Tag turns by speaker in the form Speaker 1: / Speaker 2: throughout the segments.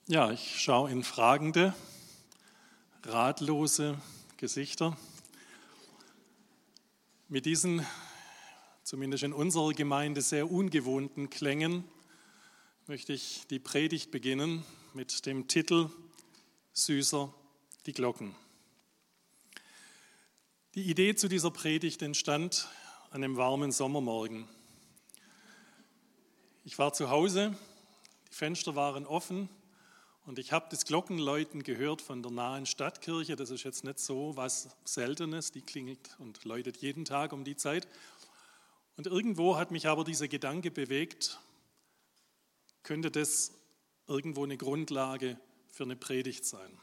Speaker 1: Ja, ich schaue in fragende, ratlose Gesichter. Mit diesen, zumindest in unserer Gemeinde, sehr ungewohnten Klängen möchte ich die Predigt beginnen mit dem Titel Süßer die Glocken. Die Idee zu dieser Predigt entstand an einem warmen Sommermorgen. Ich war zu Hause, die Fenster waren offen und ich habe das Glockenläuten gehört von der nahen Stadtkirche. Das ist jetzt nicht so was Seltenes, die klingelt und läutet jeden Tag um die Zeit. Und irgendwo hat mich aber dieser Gedanke bewegt, könnte das irgendwo eine Grundlage für eine Predigt sein.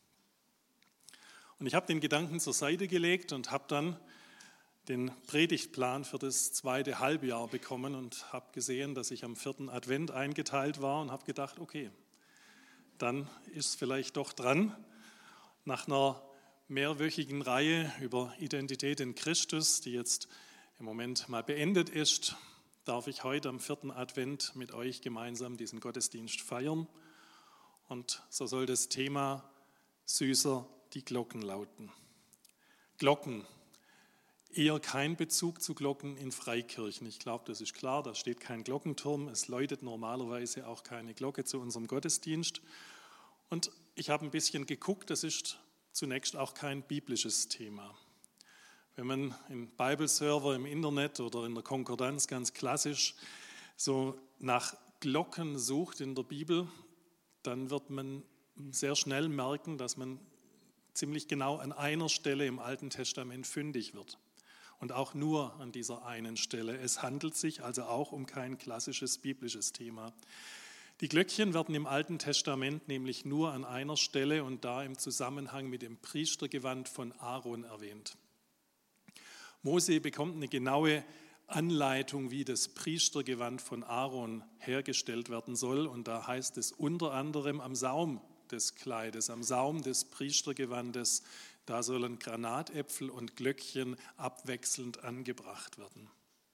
Speaker 1: Und ich habe den Gedanken zur Seite gelegt und habe dann den Predigtplan für das zweite Halbjahr bekommen und habe gesehen, dass ich am 4. Advent eingeteilt war und habe gedacht, okay, dann ist es vielleicht doch dran. Nach einer mehrwöchigen Reihe über Identität in Christus, die jetzt im Moment mal beendet ist, darf ich heute am 4. Advent mit euch gemeinsam diesen Gottesdienst feiern. Und so soll das Thema Süßer die Glocken lauten. Glocken, eher kein Bezug zu Glocken in Freikirchen. Ich glaube, das ist klar, da steht kein Glockenturm. Es läutet normalerweise auch keine Glocke zu unserem Gottesdienst. Und ich habe ein bisschen geguckt, das ist zunächst auch kein biblisches Thema. Wenn man im Bibleserver im Internet oder in der Konkordanz ganz klassisch so nach Glocken sucht in der Bibel, dann wird man sehr schnell merken, dass man ziemlich genau an einer Stelle im Alten Testament fündig wird. Und auch nur an dieser einen Stelle. Es handelt sich also auch um kein klassisches biblisches Thema. Die Glöckchen werden im Alten Testament nämlich nur an einer Stelle und da im Zusammenhang mit dem Priestergewand von Aaron erwähnt. Mose bekommt eine genaue Anleitung, wie das Priestergewand von Aaron hergestellt werden soll. Und da heißt es unter anderem am Saum des Kleides, am Saum des Priestergewandes, da sollen Granatäpfel und Glöckchen abwechselnd angebracht werden.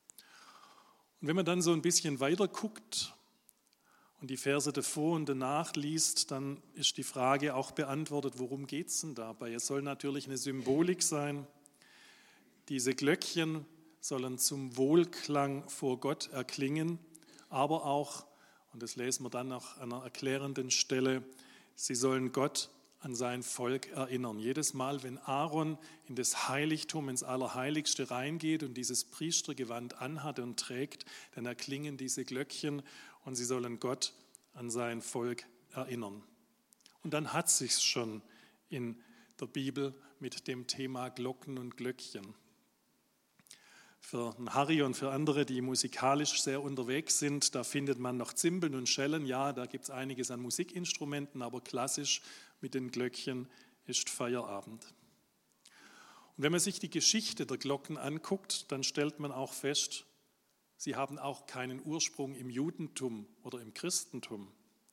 Speaker 1: Und wenn man dann so ein bisschen weiter guckt und die Verse davor und danach liest, dann ist die Frage auch beantwortet, worum geht es denn dabei? Es soll natürlich eine Symbolik sein. Diese Glöckchen sollen zum Wohlklang vor Gott erklingen, aber auch, und das lesen wir dann nach einer erklärenden Stelle, sie sollen Gott an sein Volk erinnern. Jedes Mal, wenn Aaron in das Heiligtum, ins Allerheiligste reingeht und dieses Priestergewand anhat und trägt, dann erklingen diese Glöckchen und sie sollen Gott an sein Volk erinnern. Und dann hat sich's schon in der Bibel mit dem Thema Glocken und Glöckchen. Für Harry und für andere, die musikalisch sehr unterwegs sind, da findet man noch Zimbeln und Schellen. Ja, da gibt es einiges an Musikinstrumenten, aber klassisch mit den Glöckchen ist Feierabend. Und wenn man sich die Geschichte der Glocken anguckt, dann stellt man auch fest, sie haben auch keinen Ursprung im Judentum oder im Christentum.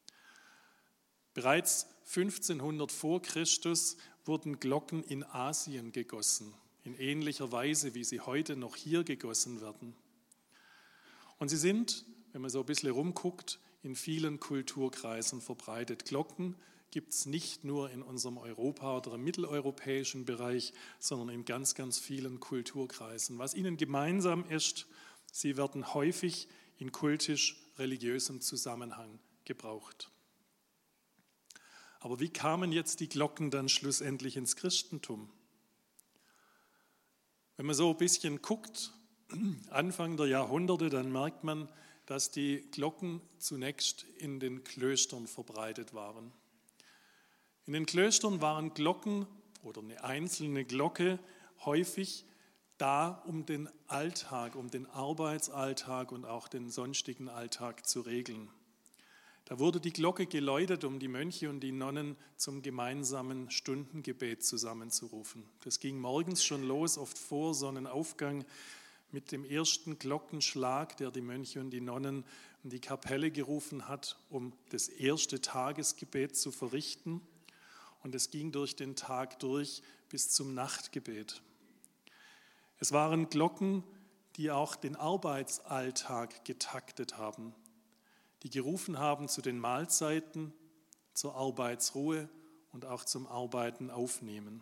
Speaker 1: Bereits 1500 vor Christus wurden Glocken in Asien gegossen, in ähnlicher Weise, wie sie heute noch hier gegossen werden. Und sie sind, wenn man so ein bisschen rumguckt, in vielen Kulturkreisen verbreitet. Glocken gibt es nicht nur in unserem Europa oder im mitteleuropäischen Bereich, sondern in ganz, ganz vielen Kulturkreisen. Was ihnen gemeinsam ist, sie werden häufig in kultisch-religiösem Zusammenhang gebraucht. Aber wie kamen jetzt die Glocken dann schlussendlich ins Christentum? Wenn man so ein bisschen guckt, Anfang der Jahrhunderte, dann merkt man, dass die Glocken zunächst in den Klöstern verbreitet waren. In den Klöstern waren Glocken oder eine einzelne Glocke häufig da, um den Alltag, um den Arbeitsalltag und auch den sonstigen Alltag zu regeln. Da wurde die Glocke geläutet, um die Mönche und die Nonnen zum gemeinsamen Stundengebet zusammenzurufen. Das ging morgens schon los, oft vor Sonnenaufgang, mit dem ersten Glockenschlag, der die Mönche und die Nonnen in die Kapelle gerufen hat, um das erste Tagesgebet zu verrichten. Und es ging durch den Tag durch bis zum Nachtgebet. Es waren Glocken, die auch den Arbeitsalltag getaktet haben, die gerufen haben zu den Mahlzeiten, zur Arbeitsruhe und auch zum Arbeiten aufnehmen.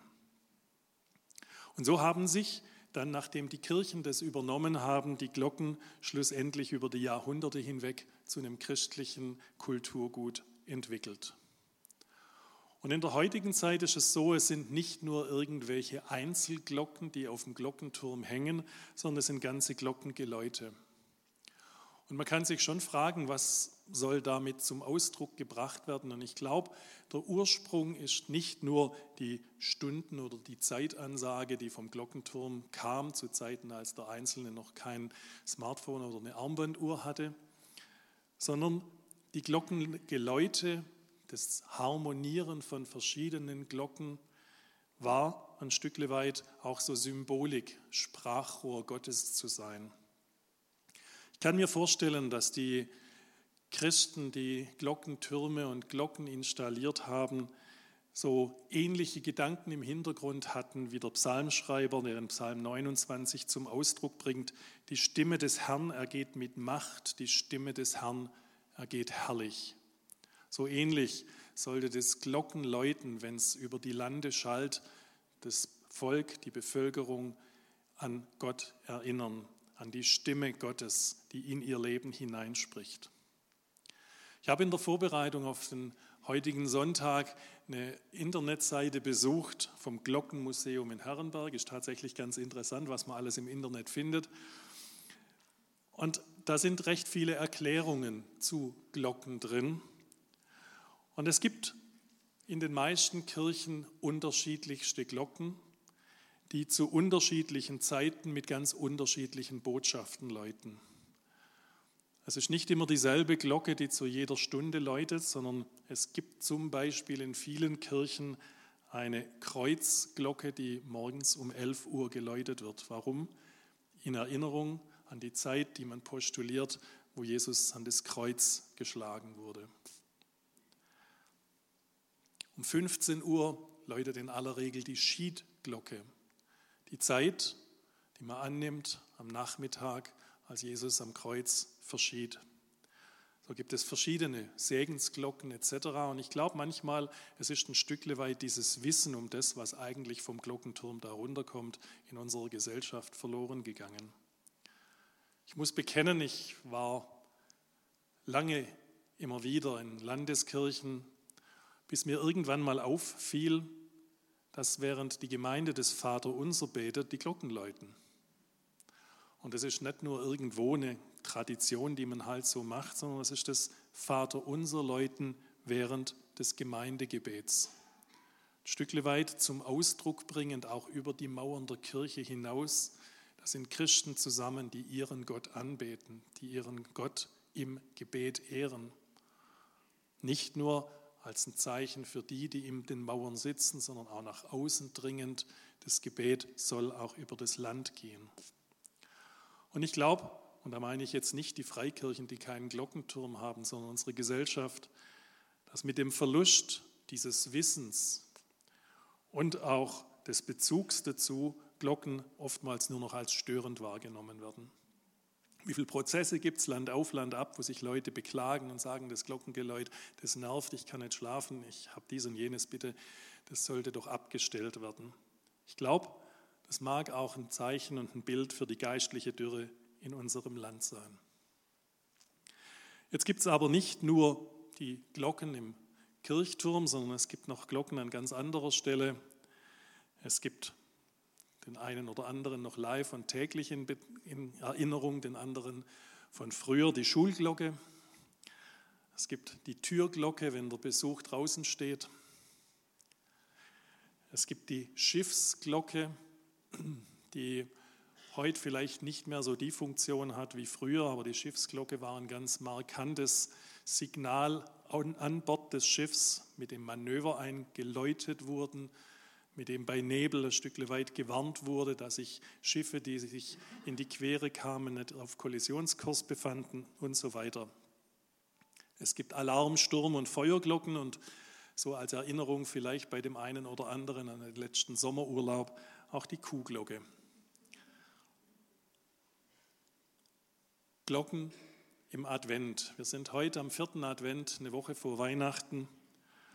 Speaker 1: Und so haben sich dann, nachdem die Kirchen das übernommen haben, die Glocken schlussendlich über die Jahrhunderte hinweg zu einem christlichen Kulturgut entwickelt. Und in der heutigen Zeit ist es so, es sind nicht nur irgendwelche Einzelglocken, die auf dem Glockenturm hängen, sondern es sind ganze Glockengeläute. Und man kann sich schon fragen, was soll damit zum Ausdruck gebracht werden? Und ich glaube, der Ursprung ist nicht nur die Stunden- oder die Zeitansage, die vom Glockenturm kam, zu Zeiten, als der Einzelne noch kein Smartphone oder eine Armbanduhr hatte, sondern die Glockengeläute, das Harmonieren von verschiedenen Glocken war ein Stück weit auch so Symbolik, Sprachrohr Gottes zu sein. Ich kann mir vorstellen, dass die Christen, die Glockentürme und Glocken installiert haben, so ähnliche Gedanken im Hintergrund hatten wie der Psalmschreiber, der in Psalm 29 zum Ausdruck bringt: Die Stimme des Herrn ergeht mit Macht, die Stimme des Herrn ergeht herrlich. So ähnlich sollte das Glockenläuten, wenn es über die Lande schallt, das Volk, die Bevölkerung an Gott erinnern, an die Stimme Gottes, die in ihr Leben hineinspricht. Ich habe in der Vorbereitung auf den heutigen Sonntag eine Internetseite besucht vom Glockenmuseum in Herrenberg. Ist tatsächlich ganz interessant, was man alles im Internet findet. Und da sind recht viele Erklärungen zu Glocken drin. Und es gibt in den meisten Kirchen unterschiedlichste Glocken, die zu unterschiedlichen Zeiten mit ganz unterschiedlichen Botschaften läuten. Es ist nicht immer dieselbe Glocke, die zu jeder Stunde läutet, sondern es gibt zum Beispiel in vielen Kirchen eine Kreuzglocke, die morgens um 11 Uhr geläutet wird. Warum? In Erinnerung an die Zeit, die man postuliert, wo Jesus an das Kreuz geschlagen wurde. Um 15 Uhr läutet in aller Regel die Schiedglocke, die Zeit, die man annimmt am Nachmittag, als Jesus am Kreuz verschied. So gibt es verschiedene Segensglocken etc. Und ich glaube manchmal, es ist ein Stück weit dieses Wissen um das, was eigentlich vom Glockenturm da runterkommt, in unserer Gesellschaft verloren gegangen. Ich muss bekennen, ich war lange immer wieder in Landeskirchen, bis mir irgendwann mal auffiel, dass während die Gemeinde das Vaterunser betet, die Glocken läuten. Und das ist nicht nur irgendwo eine Tradition, die man halt so macht, sondern es ist das Vaterunser läuten während des Gemeindegebets. Ein Stück weit zum Ausdruck bringend, auch über die Mauern der Kirche hinaus, da sind Christen zusammen, die ihren Gott anbeten, die ihren Gott im Gebet ehren. Nicht nur als ein Zeichen für die, die in den Mauern sitzen, sondern auch nach außen dringend. Das Gebet soll auch über das Land gehen. Und ich glaube, und da meine ich jetzt nicht die Freikirchen, die keinen Glockenturm haben, sondern unsere Gesellschaft, dass mit dem Verlust dieses Wissens und auch des Bezugs dazu Glocken oftmals nur noch als störend wahrgenommen werden. Wie viele Prozesse gibt es Land auf, Land ab, wo sich Leute beklagen und sagen, das Glockengeläut, das nervt, ich kann nicht schlafen, ich habe dies und jenes, bitte, das sollte doch abgestellt werden. Ich glaube, das mag auch ein Zeichen und ein Bild für die geistliche Dürre in unserem Land sein. Jetzt gibt es aber nicht nur die Glocken im Kirchturm, sondern es gibt noch Glocken an ganz anderer Stelle. Es gibt den einen oder anderen noch live und täglich in Erinnerung, den anderen von früher, die Schulglocke. Es gibt die Türglocke, wenn der Besuch draußen steht. Es gibt die Schiffsglocke, die heute vielleicht nicht mehr so die Funktion hat wie früher, aber die Schiffsglocke war ein ganz markantes Signal an Bord des Schiffs, mit dem Manöver eingeläutet wurden, mit dem bei Nebel ein Stück weit gewarnt wurde, dass sich Schiffe, die sich in die Quere kamen, nicht auf Kollisionskurs befanden und so weiter. Es gibt Alarm-, Sturm- und Feuerglocken und so als Erinnerung vielleicht bei dem einen oder anderen an den letzten Sommerurlaub auch die Kuhglocke. Glocken im Advent. Wir sind heute am 4. Advent, eine Woche vor Weihnachten.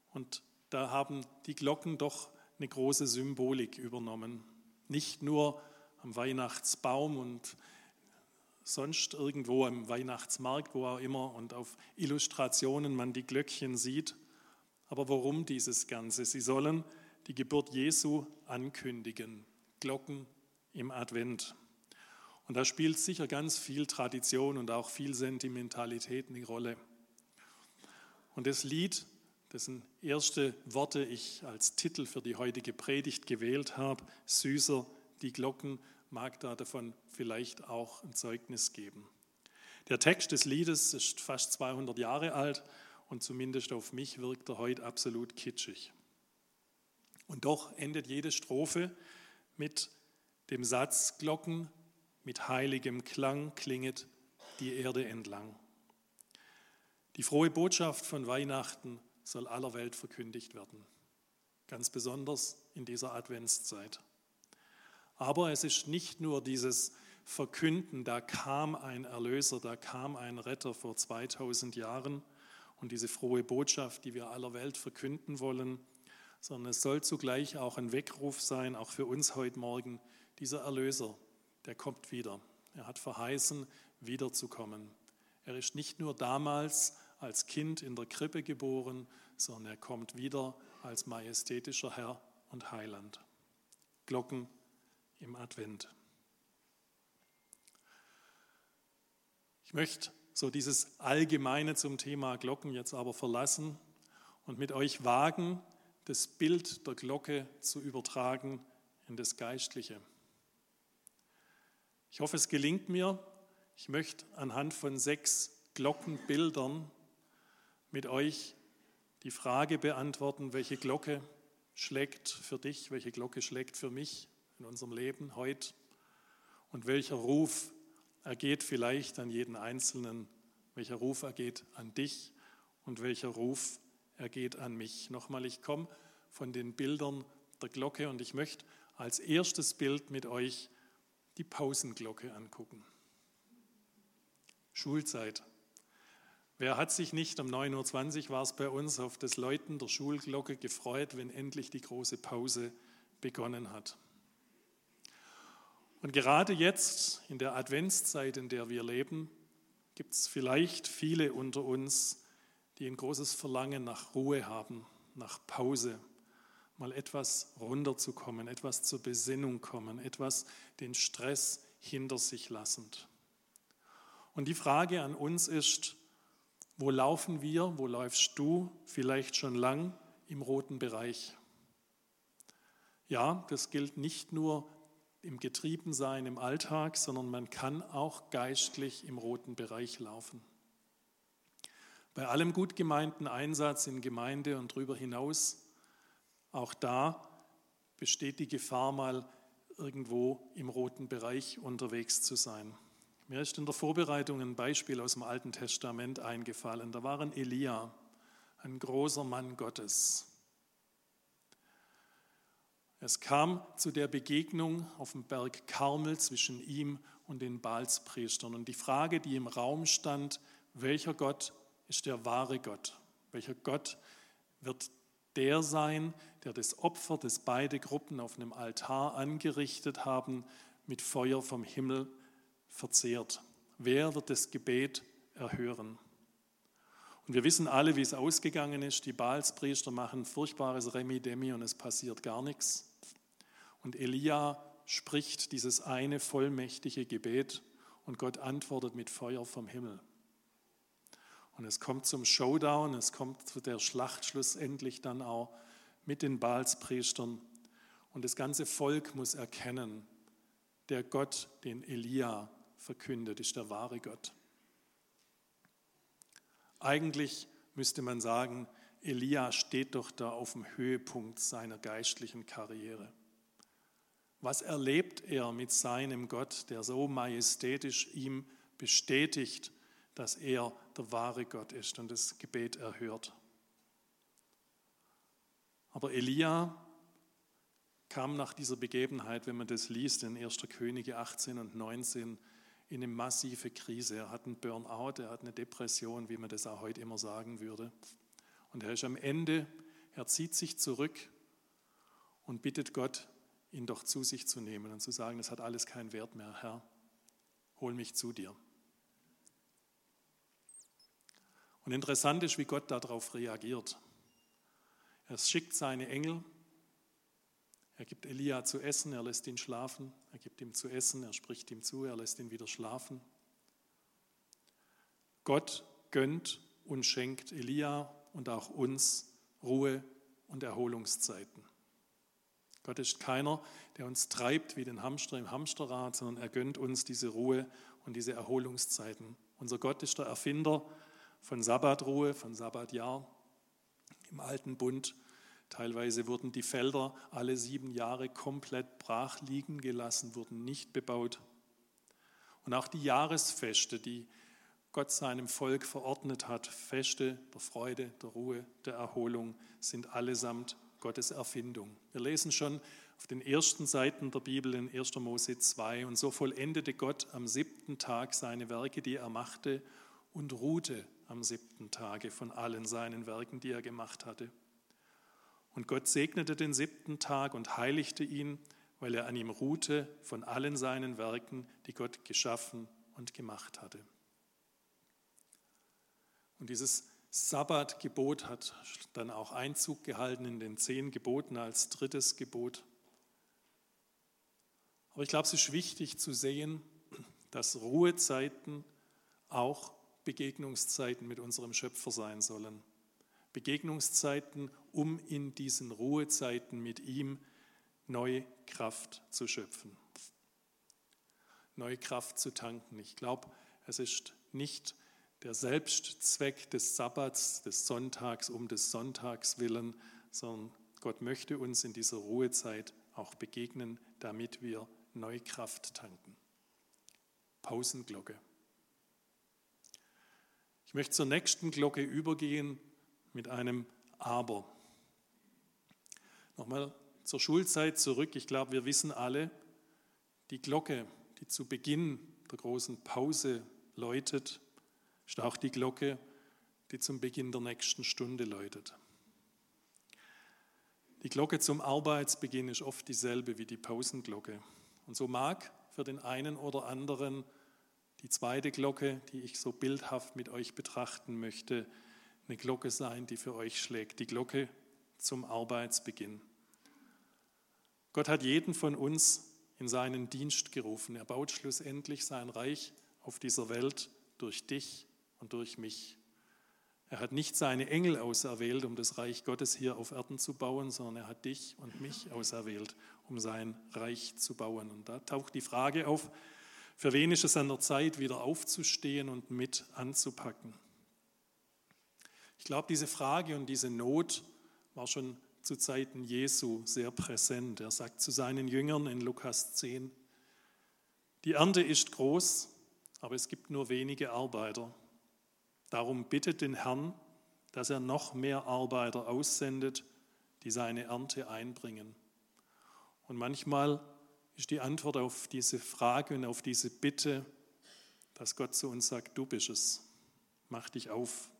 Speaker 1: Und da haben die Glocken doch eine große Symbolik übernommen. Nicht nur am Weihnachtsbaum und sonst irgendwo am Weihnachtsmarkt, wo auch immer, und auf Illustrationen man die Glöckchen sieht. Aber warum dieses Ganze? Sie sollen die Geburt Jesu ankündigen. Glocken im Advent. Und da spielt sicher ganz viel Tradition und auch viel Sentimentalität eine Rolle. Und das Lied, dessen erste Worte ich als Titel für die heutige Predigt gewählt habe, Süßer, die Glocken, mag da davon vielleicht auch ein Zeugnis geben. Der Text des Liedes ist fast 200 Jahre alt und zumindest auf mich wirkt er heute absolut kitschig. Und doch endet jede Strophe mit dem Satz: Glocken mit heiligem Klang klinget die Erde entlang. Die frohe Botschaft von Weihnachten soll aller Welt verkündigt werden, ganz besonders in dieser Adventszeit. Aber es ist nicht nur dieses Verkünden, da kam ein Erlöser, da kam ein Retter vor 2000 Jahren und diese frohe Botschaft, die wir aller Welt verkünden wollen, sondern es soll zugleich auch ein Weckruf sein, auch für uns heute Morgen, dieser Erlöser, der kommt wieder. Er hat verheißen, wiederzukommen. Er ist nicht nur damals als Kind in der Krippe geboren, sondern er kommt wieder als majestätischer Herr und Heiland. Glocken im Advent. Ich möchte so dieses Allgemeine zum Thema Glocken jetzt aber verlassen und mit euch wagen, das Bild der Glocke zu übertragen in das Geistliche. Ich hoffe, es gelingt mir. Ich möchte anhand von 6 Glockenbildern mit euch die Frage beantworten, welche Glocke schlägt für dich, welche Glocke schlägt für mich in unserem Leben heute und welcher Ruf ergeht vielleicht an jeden Einzelnen, welcher Ruf ergeht an dich und welcher Ruf ergeht an mich. Nochmal, ich komme von den Bildern der Glocke und ich möchte als erstes Bild mit euch die Pausenglocke angucken. Schulzeit. Wer hat sich nicht um 9:20 Uhr war es bei uns auf das Läuten der Schulglocke gefreut, wenn endlich die große Pause begonnen hat. Und gerade jetzt in der Adventszeit, in der wir leben, gibt es vielleicht viele unter uns, die ein großes Verlangen nach Ruhe haben, nach Pause, mal etwas runterzukommen, etwas zur Besinnung kommen, etwas den Stress hinter sich lassend. Und die Frage an uns ist, wo laufen wir, wo läufst du vielleicht schon lang im roten Bereich? Ja, das gilt nicht nur im Getriebensein im Alltag, sondern man kann auch geistlich im roten Bereich laufen. Bei allem gut gemeinten Einsatz in Gemeinde und darüber hinaus, auch da besteht die Gefahr, mal irgendwo im roten Bereich unterwegs zu sein. Mir ist in der Vorbereitung ein Beispiel aus dem Alten Testament eingefallen. Da war ein Elia, ein großer Mann Gottes. Es kam zu der Begegnung auf dem Berg Karmel zwischen ihm und den Baalspriestern. Und die Frage, die im Raum stand, welcher Gott ist der wahre Gott? Welcher Gott wird der sein, der das Opfer, das beide Gruppen auf einem Altar angerichtet haben, mit Feuer vom Himmel verzehrt? Wer wird das Gebet erhören? Und wir wissen alle, wie es ausgegangen ist. Die Baalspriester machen furchtbares Remi-Demi und es passiert gar nichts. Und Elia spricht dieses eine vollmächtige Gebet und Gott antwortet mit Feuer vom Himmel. Und es kommt zum Showdown, es kommt zu der Schlacht schlussendlich dann auch mit den Baalspriestern. Und das ganze Volk muss erkennen, der Gott, den Elia verkündet, ist der wahre Gott. Eigentlich müsste man sagen, Elia steht doch da auf dem Höhepunkt seiner geistlichen Karriere. Was erlebt er mit seinem Gott, der so majestätisch ihm bestätigt, dass er der wahre Gott ist und das Gebet erhört? Aber Elia kam nach dieser Begebenheit, wenn man das liest in 1. Könige 18 und 19, in eine massive Krise. Er hat einen Burnout, er hat eine Depression, wie man das auch heute immer sagen würde. Und er ist am Ende er zieht sich zurück und bittet Gott, ihn doch zu sich zu nehmen und zu sagen, es hat alles keinen Wert mehr, Herr, hol mich zu dir. Und interessant ist, wie Gott darauf reagiert. Er schickt seine Engel, er gibt Elia zu essen, er lässt ihn schlafen, er gibt ihm zu essen, er spricht ihm zu, er lässt ihn wieder schlafen. Gott gönnt und schenkt Elia und auch uns Ruhe und Erholungszeiten. Gott ist keiner, der uns treibt wie den Hamster im Hamsterrad, sondern er gönnt uns diese Ruhe und diese Erholungszeiten. Unser Gott ist der Erfinder von Sabbatruhe, von Sabbatjahr. Im Alten Bund teilweise wurden die Felder alle 7 Jahre komplett brach liegen gelassen, wurden nicht bebaut. Und auch die Jahresfeste, die Gott seinem Volk verordnet hat, Feste der Freude, der Ruhe, der Erholung, sind allesamt Gottes Erfindung. Wir lesen schon auf den ersten Seiten der Bibel in 1. Mose 2, und so vollendete Gott am 7. Tag seine Werke, die er machte, und ruhte am 7. Tage von allen seinen Werken, die er gemacht hatte. Und Gott segnete den 7. Tag und heiligte ihn, weil er an ihm ruhte von allen seinen Werken, die Gott geschaffen und gemacht hatte. Und dieses Sabbatgebot hat dann auch Einzug gehalten in den 10 Geboten als 3. Gebot. Aber ich glaube, es ist wichtig zu sehen, dass Ruhezeiten auch Begegnungszeiten mit unserem Schöpfer sein sollen. Begegnungszeiten, um in diesen Ruhezeiten mit ihm neue Kraft zu schöpfen, neue Kraft zu tanken. Ich glaube, es ist nicht der Selbstzweck des Sabbats, des Sonntags, um des Sonntags willen, sondern Gott möchte uns in dieser Ruhezeit auch begegnen, damit wir neue Kraft tanken. Pausenglocke. Ich möchte zur nächsten Glocke übergehen mit einem Aber. Nochmal zur Schulzeit zurück. Ich glaube, wir wissen alle, die Glocke, die zu Beginn der großen Pause läutet, ist auch die Glocke, die zum Beginn der nächsten Stunde läutet. Die Glocke zum Arbeitsbeginn ist oft dieselbe wie die Pausenglocke. Und so mag für den einen oder anderen die zweite Glocke, die ich so bildhaft mit euch betrachten möchte, eine Glocke sein, die für euch schlägt, die Glocke zum Arbeitsbeginn. Gott hat jeden von uns in seinen Dienst gerufen. Er baut schlussendlich sein Reich auf dieser Welt durch dich und durch mich. Er hat nicht seine Engel auserwählt, um das Reich Gottes hier auf Erden zu bauen, sondern er hat dich und mich auserwählt, um sein Reich zu bauen. Und da taucht die Frage auf, für wen ist es an der Zeit, wieder aufzustehen und mit anzupacken? Ich glaube, diese Frage und diese Not war schon zu Zeiten Jesu sehr präsent. Er sagt zu seinen Jüngern in Lukas 10, die Ernte ist groß, aber es gibt nur wenige Arbeiter. Darum bittet den Herrn, dass er noch mehr Arbeiter aussendet, die seine Ernte einbringen. Und manchmal ist die Antwort auf diese Frage und auf diese Bitte, dass Gott zu uns sagt, du bist es, mach dich auf.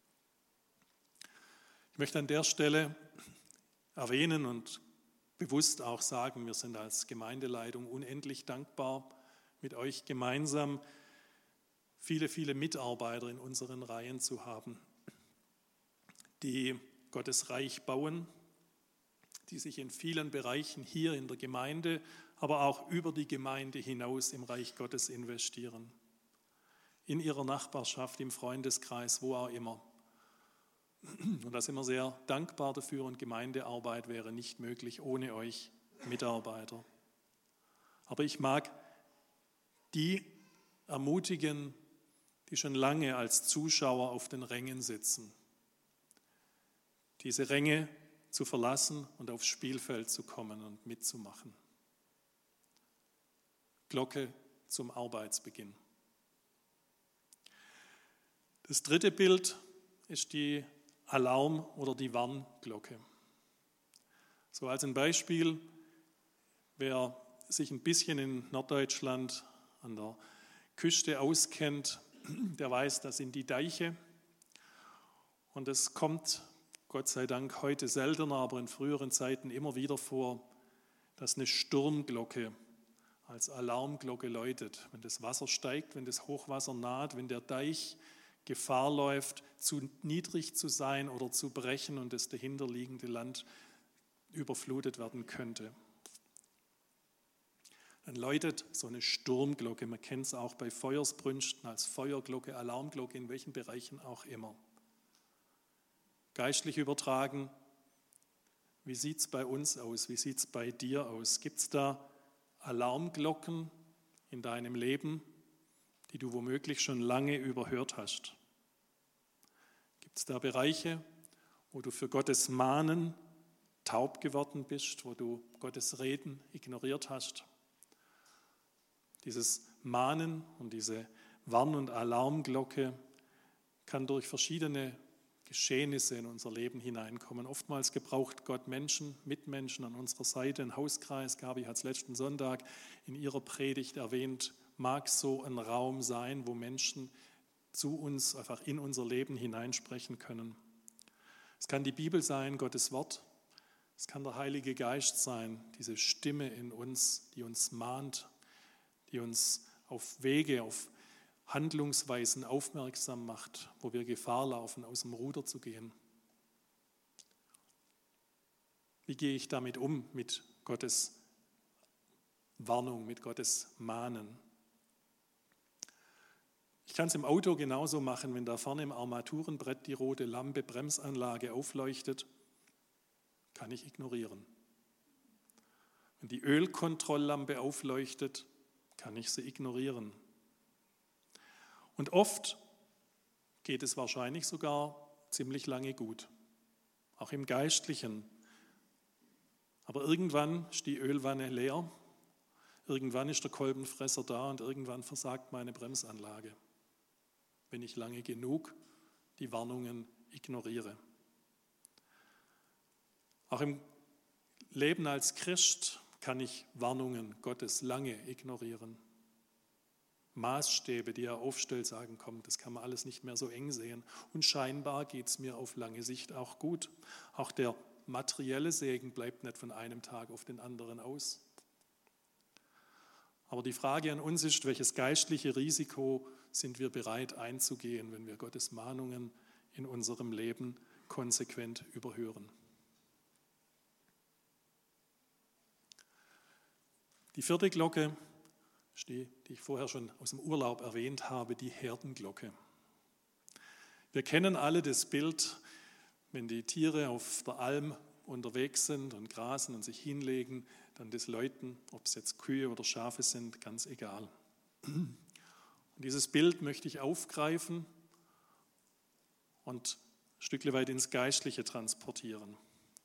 Speaker 1: Ich möchte an der Stelle erwähnen und bewusst auch sagen, wir sind als Gemeindeleitung unendlich dankbar, mit euch gemeinsam viele, viele Mitarbeiter in unseren Reihen zu haben, die Gottes Reich bauen, die sich in vielen Bereichen hier in der Gemeinde, aber auch über die Gemeinde hinaus im Reich Gottes investieren. In ihrer Nachbarschaft, im Freundeskreis, wo auch immer. Und da sind wir sehr dankbar dafür und Gemeindearbeit wäre nicht möglich ohne euch Mitarbeiter. Aber ich mag die ermutigen, die schon lange als Zuschauer auf den Rängen sitzen, diese Ränge zu verlassen und aufs Spielfeld zu kommen und mitzumachen. Glocke zum Arbeitsbeginn. Das dritte Bild ist die Alarm- oder die Warnglocke. So als ein Beispiel, wer sich ein bisschen in Norddeutschland an der Küste auskennt, der weiß, das sind die Deiche und es kommt Gott sei Dank heute seltener, aber in früheren Zeiten immer wieder vor, dass eine Sturmglocke als Alarmglocke läutet. Wenn das Wasser steigt, wenn das Hochwasser naht, wenn der Deich Gefahr läuft, zu niedrig zu sein oder zu brechen und das dahinterliegende Land überflutet werden könnte. Dann läutet so eine Sturmglocke, man kennt es auch bei Feuersbrünsten als Feuerglocke, Alarmglocke, in welchen Bereichen auch immer. Geistlich übertragen, wie sieht es bei uns aus, wie sieht es bei dir aus? Gibt es da Alarmglocken in deinem Leben, die du womöglich schon lange überhört hast? Gibt es da Bereiche, wo du für Gottes Mahnen taub geworden bist, wo du Gottes Reden ignoriert hast? Dieses Mahnen und diese Warn- und Alarmglocke kann durch verschiedene Geschehnisse in unser Leben hineinkommen. Oftmals gebraucht Gott Menschen, Mitmenschen an unserer Seite, ein Hauskreis. Gabi hat es letzten Sonntag in ihrer Predigt erwähnt, mag so ein Raum sein, wo Menschen zu uns, einfach in unser Leben hineinsprechen können. Es kann die Bibel sein, Gottes Wort. Es kann der Heilige Geist sein, diese Stimme in uns, die uns mahnt, die uns auf Wege, auf Handlungsweisen aufmerksam macht, wo wir Gefahr laufen, aus dem Ruder zu gehen. Wie gehe ich damit um, mit Gottes Warnung, mit Gottes Mahnen? Ich kann es im Auto genauso machen, wenn da vorne im Armaturenbrett die rote Lampe Bremsanlage aufleuchtet, kann ich ignorieren. Wenn die Ölkontrolllampe aufleuchtet, kann ich sie ignorieren. Und oft geht es wahrscheinlich sogar ziemlich lange gut, auch im Geistlichen. Aber irgendwann ist die Ölwanne leer, irgendwann ist der Kolbenfresser da und irgendwann versagt meine Bremsanlage, wenn ich lange genug die Warnungen ignoriere. Auch im Leben als Christ kann ich Warnungen Gottes lange ignorieren. Maßstäbe, die er aufstellt, sagen, komm, das kann man alles nicht mehr so eng sehen. Und scheinbar geht es mir auf lange Sicht auch gut. Auch der materielle Segen bleibt nicht von einem Tag auf den anderen aus. Aber die Frage an uns ist, welches geistliche Risiko sind wir bereit einzugehen, wenn wir Gottes Mahnungen in unserem Leben konsequent überhören? Die vierte Glocke, die ich vorher schon aus dem Urlaub erwähnt habe, die Herdenglocke. Wir kennen alle das Bild, wenn die Tiere auf der Alm unterwegs sind und grasen und sich hinlegen, dann das Läuten, ob es jetzt Kühe oder Schafe sind, ganz egal. Und dieses Bild möchte ich aufgreifen und ein Stückchen weit ins Geistliche transportieren.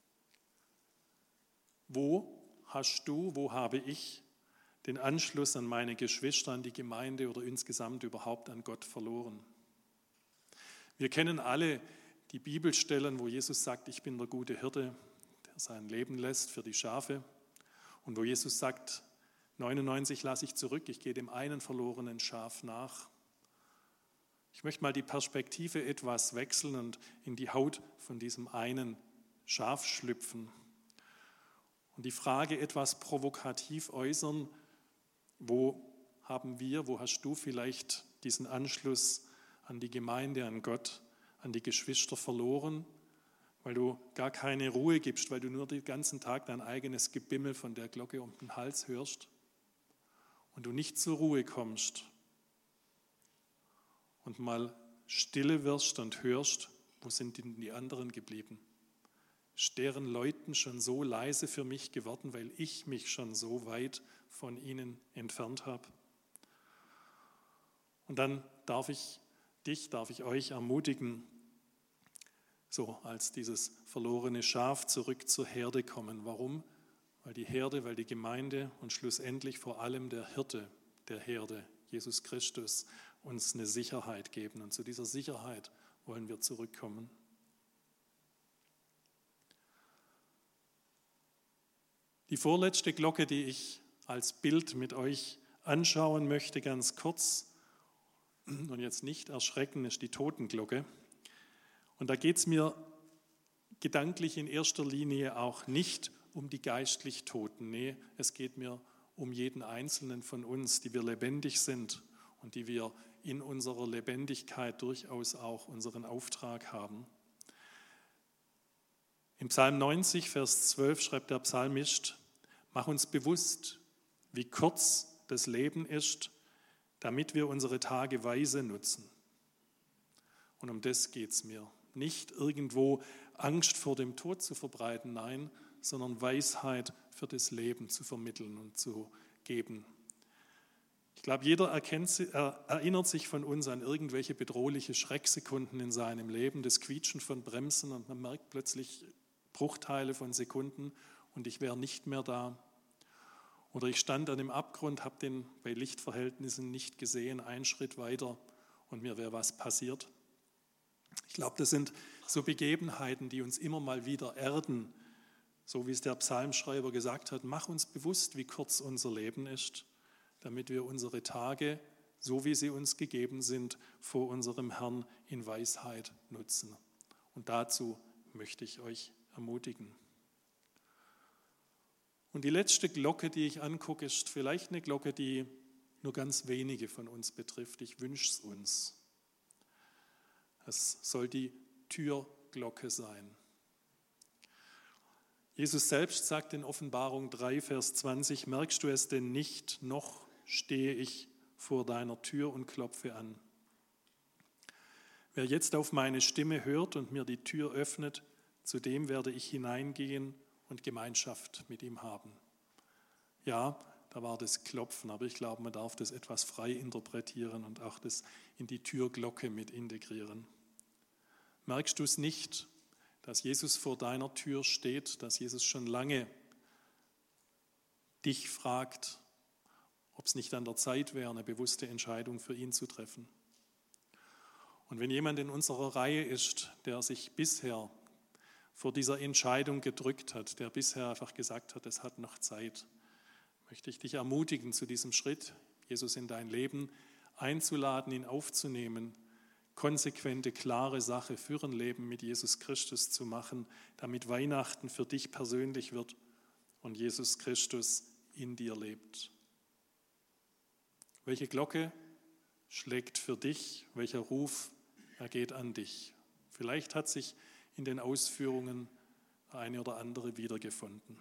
Speaker 1: Wo habe ich den Anschluss an meine Geschwister, an die Gemeinde oder insgesamt überhaupt an Gott verloren? Wir kennen alle die Bibelstellen, wo Jesus sagt, ich bin der gute Hirte, der sein Leben lässt für die Schafe. Und wo Jesus sagt, 99 lasse ich zurück, ich gehe dem einen verlorenen Schaf nach. Ich möchte mal die Perspektive etwas wechseln und in die Haut von diesem einen Schaf schlüpfen. Und die Frage etwas provokativ äußern, wo hast du vielleicht diesen Anschluss an die Gemeinde, an Gott, an die Geschwister verloren, weil du gar keine Ruhe gibst, weil du nur den ganzen Tag dein eigenes Gebimmel von der Glocke um den Hals hörst und du nicht zur Ruhe kommst und mal stille wirst und hörst, wo sind denn die anderen geblieben? Ist deren Läuten schon so leise für mich geworden, weil ich mich schon so weit von ihnen entfernt habe? Und dann darf ich euch ermutigen, so als dieses verlorene Schaf zurück zur Herde kommen. Warum? Weil die Gemeinde und schlussendlich vor allem der Hirte der Herde, Jesus Christus, uns eine Sicherheit geben. Und zu dieser Sicherheit wollen wir zurückkommen. Die vorletzte Glocke, die ich als Bild mit euch anschauen möchte, ganz kurz und jetzt nicht erschrecken, ist die Totenglocke. Und da geht es mir gedanklich in erster Linie auch nicht um die geistlich Toten. Nee, es geht mir um jeden Einzelnen von uns, die wir lebendig sind und die wir in unserer Lebendigkeit durchaus auch unseren Auftrag haben. Im Psalm 90, Vers 12 schreibt der Psalmist: Mach uns bewusst, wie kurz das Leben ist, damit wir unsere Tage weise nutzen. Und um das geht es mir. Nicht irgendwo Angst vor dem Tod zu verbreiten, nein, sondern Weisheit für das Leben zu vermitteln und zu geben. Ich glaube, jeder erinnert sich von uns an irgendwelche bedrohliche Schrecksekunden in seinem Leben, das Quietschen von Bremsen, und man merkt plötzlich Bruchteile von Sekunden und ich wäre nicht mehr da. Oder ich stand an dem Abgrund, habe den bei Lichtverhältnissen nicht gesehen, einen Schritt weiter und mir wäre was passiert. Ich glaube, das sind so Begebenheiten, die uns immer mal wieder erden, so wie es der Psalmschreiber gesagt hat: Mach uns bewusst, wie kurz unser Leben ist, damit wir unsere Tage, so wie sie uns gegeben sind, vor unserem Herrn in Weisheit nutzen. Und dazu möchte ich euch ermutigen. Und die letzte Glocke, die ich angucke, ist vielleicht eine Glocke, die nur ganz wenige von uns betrifft. Ich wünsche es uns. Es soll die Türglocke sein. Jesus selbst sagt in Offenbarung 3, Vers 20: Merkst du es denn nicht, noch stehe ich vor deiner Tür und klopfe an. Wer jetzt auf meine Stimme hört und mir die Tür öffnet, zu dem werde ich hineingehen und Gemeinschaft mit ihm haben. Ja, da war das Klopfen, aber ich glaube, man darf das etwas frei interpretieren und auch das in die Türglocke mit integrieren. Merkst du es nicht, dass Jesus vor deiner Tür steht, dass Jesus schon lange dich fragt, ob es nicht an der Zeit wäre, eine bewusste Entscheidung für ihn zu treffen? Und wenn jemand in unserer Reihe ist, der sich bisher vor dieser Entscheidung gedrückt hat, der bisher einfach gesagt hat, es hat noch Zeit, möchte ich dich ermutigen, zu diesem Schritt, Jesus in dein Leben einzuladen, ihn aufzunehmen, konsequente, klare Sache für ein Leben mit Jesus Christus zu machen, damit Weihnachten für dich persönlich wird und Jesus Christus in dir lebt. Welche Glocke schlägt für dich? Welcher Ruf ergeht an dich? Vielleicht hat sich in den Ausführungen eine oder andere wiedergefunden.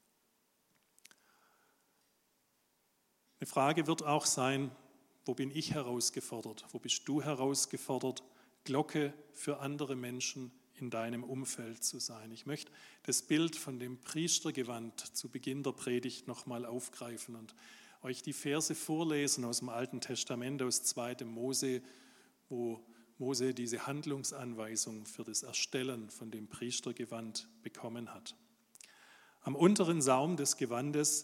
Speaker 1: Eine Frage wird auch sein: Wo bin ich herausgefordert? Wo bist du herausgefordert, Glocke für andere Menschen in deinem Umfeld zu sein? Ich möchte das Bild von dem Priestergewand zu Beginn der Predigt nochmal aufgreifen und euch die Verse vorlesen aus dem Alten Testament, aus 2. Mose, wo Mose diese Handlungsanweisung für das Erstellen von dem Priestergewand bekommen hat. Am unteren Saum des Gewandes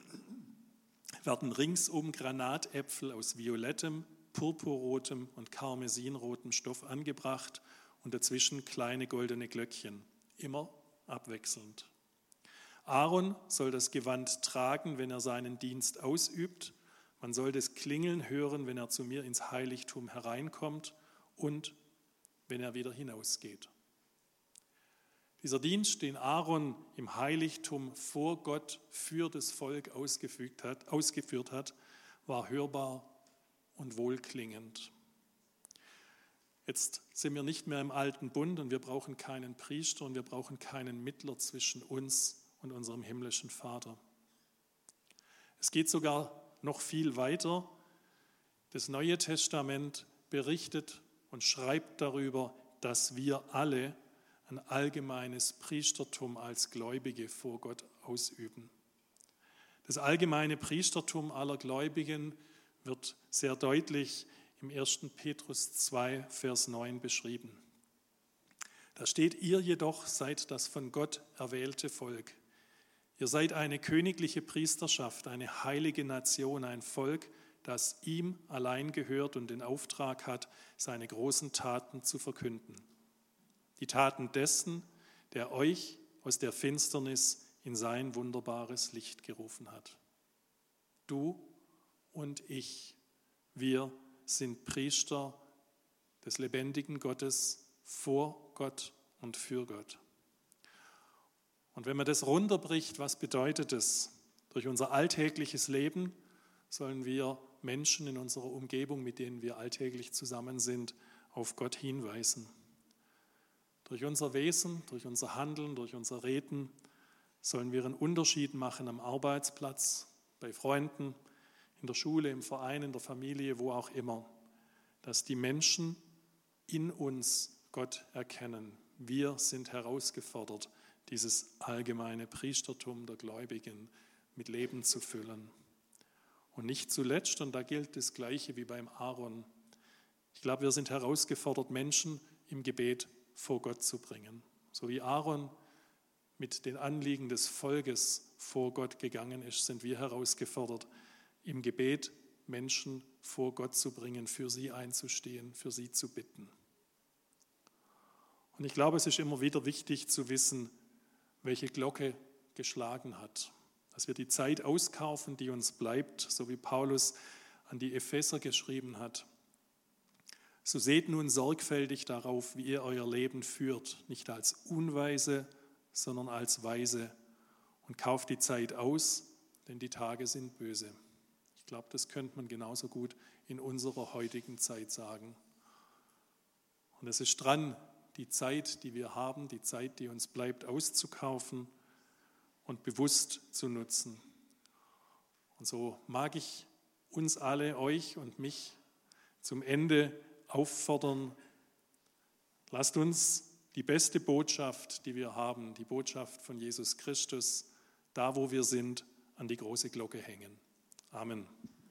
Speaker 1: werden ringsum Granatäpfel aus violettem, purpurrotem und karmesinrotem Stoff angebracht und dazwischen kleine goldene Glöckchen, immer abwechselnd. Aaron soll das Gewand tragen, wenn er seinen Dienst ausübt. Man soll das Klingeln hören, wenn er zu mir ins Heiligtum hereinkommt und wenn er wieder hinausgeht. Dieser Dienst, den Aaron im Heiligtum vor Gott für das Volk ausgeführt hat, war hörbar und wohlklingend. Jetzt sind wir nicht mehr im alten Bund und wir brauchen keinen Priester und wir brauchen keinen Mittler zwischen uns und unserem himmlischen Vater. Es geht sogar noch viel weiter. Das Neue Testament berichtet und schreibt darüber, dass wir alle ein allgemeines Priestertum als Gläubige vor Gott ausüben. Das allgemeine Priestertum aller Gläubigen wird sehr deutlich im 1. Petrus 2, Vers 9 beschrieben. Da steht: Ihr jedoch seid das von Gott erwählte Volk. Ihr seid eine königliche Priesterschaft, eine heilige Nation, ein Volk, das ihm allein gehört und den Auftrag hat, seine großen Taten zu verkünden. Die Taten dessen, der euch aus der Finsternis in sein wunderbares Licht gerufen hat. Du und ich, wir sind Priester des lebendigen Gottes vor Gott und für Gott. Und wenn man das runterbricht, was bedeutet es? Durch unser alltägliches Leben sollen wir Menschen in unserer Umgebung, mit denen wir alltäglich zusammen sind, auf Gott hinweisen. Durch unser Wesen, durch unser Handeln, durch unser Reden sollen wir einen Unterschied machen am Arbeitsplatz, bei Freunden, in der Schule, im Verein, in der Familie, wo auch immer, dass die Menschen in uns Gott erkennen. Wir sind herausgefordert, dieses allgemeine Priestertum der Gläubigen mit Leben zu füllen. Und nicht zuletzt, und da gilt das Gleiche wie beim Aaron, ich glaube, wir sind herausgefordert, Menschen im Gebet vor Gott zu bringen. So wie Aaron mit den Anliegen des Volkes vor Gott gegangen ist, sind wir herausgefordert, im Gebet Menschen vor Gott zu bringen, für sie einzustehen, für sie zu bitten. Und ich glaube, es ist immer wieder wichtig zu wissen, welche Glocke geschlagen hat. Dass wir die Zeit auskaufen, die uns bleibt, so wie Paulus an die Epheser geschrieben hat. So seht nun sorgfältig darauf, wie ihr euer Leben führt, nicht als Unweise, sondern als Weise. Und kauft die Zeit aus, denn die Tage sind böse. Ich glaube, das könnte man genauso gut in unserer heutigen Zeit sagen. Und es ist dran, die Zeit, die wir haben, die Zeit, die uns bleibt, auszukaufen und bewusst zu nutzen. Und so mag ich uns alle, euch und mich zum Ende auffordern, lasst uns die beste Botschaft, die wir haben, die Botschaft von Jesus Christus, da wo wir sind, an die große Glocke hängen. Amen.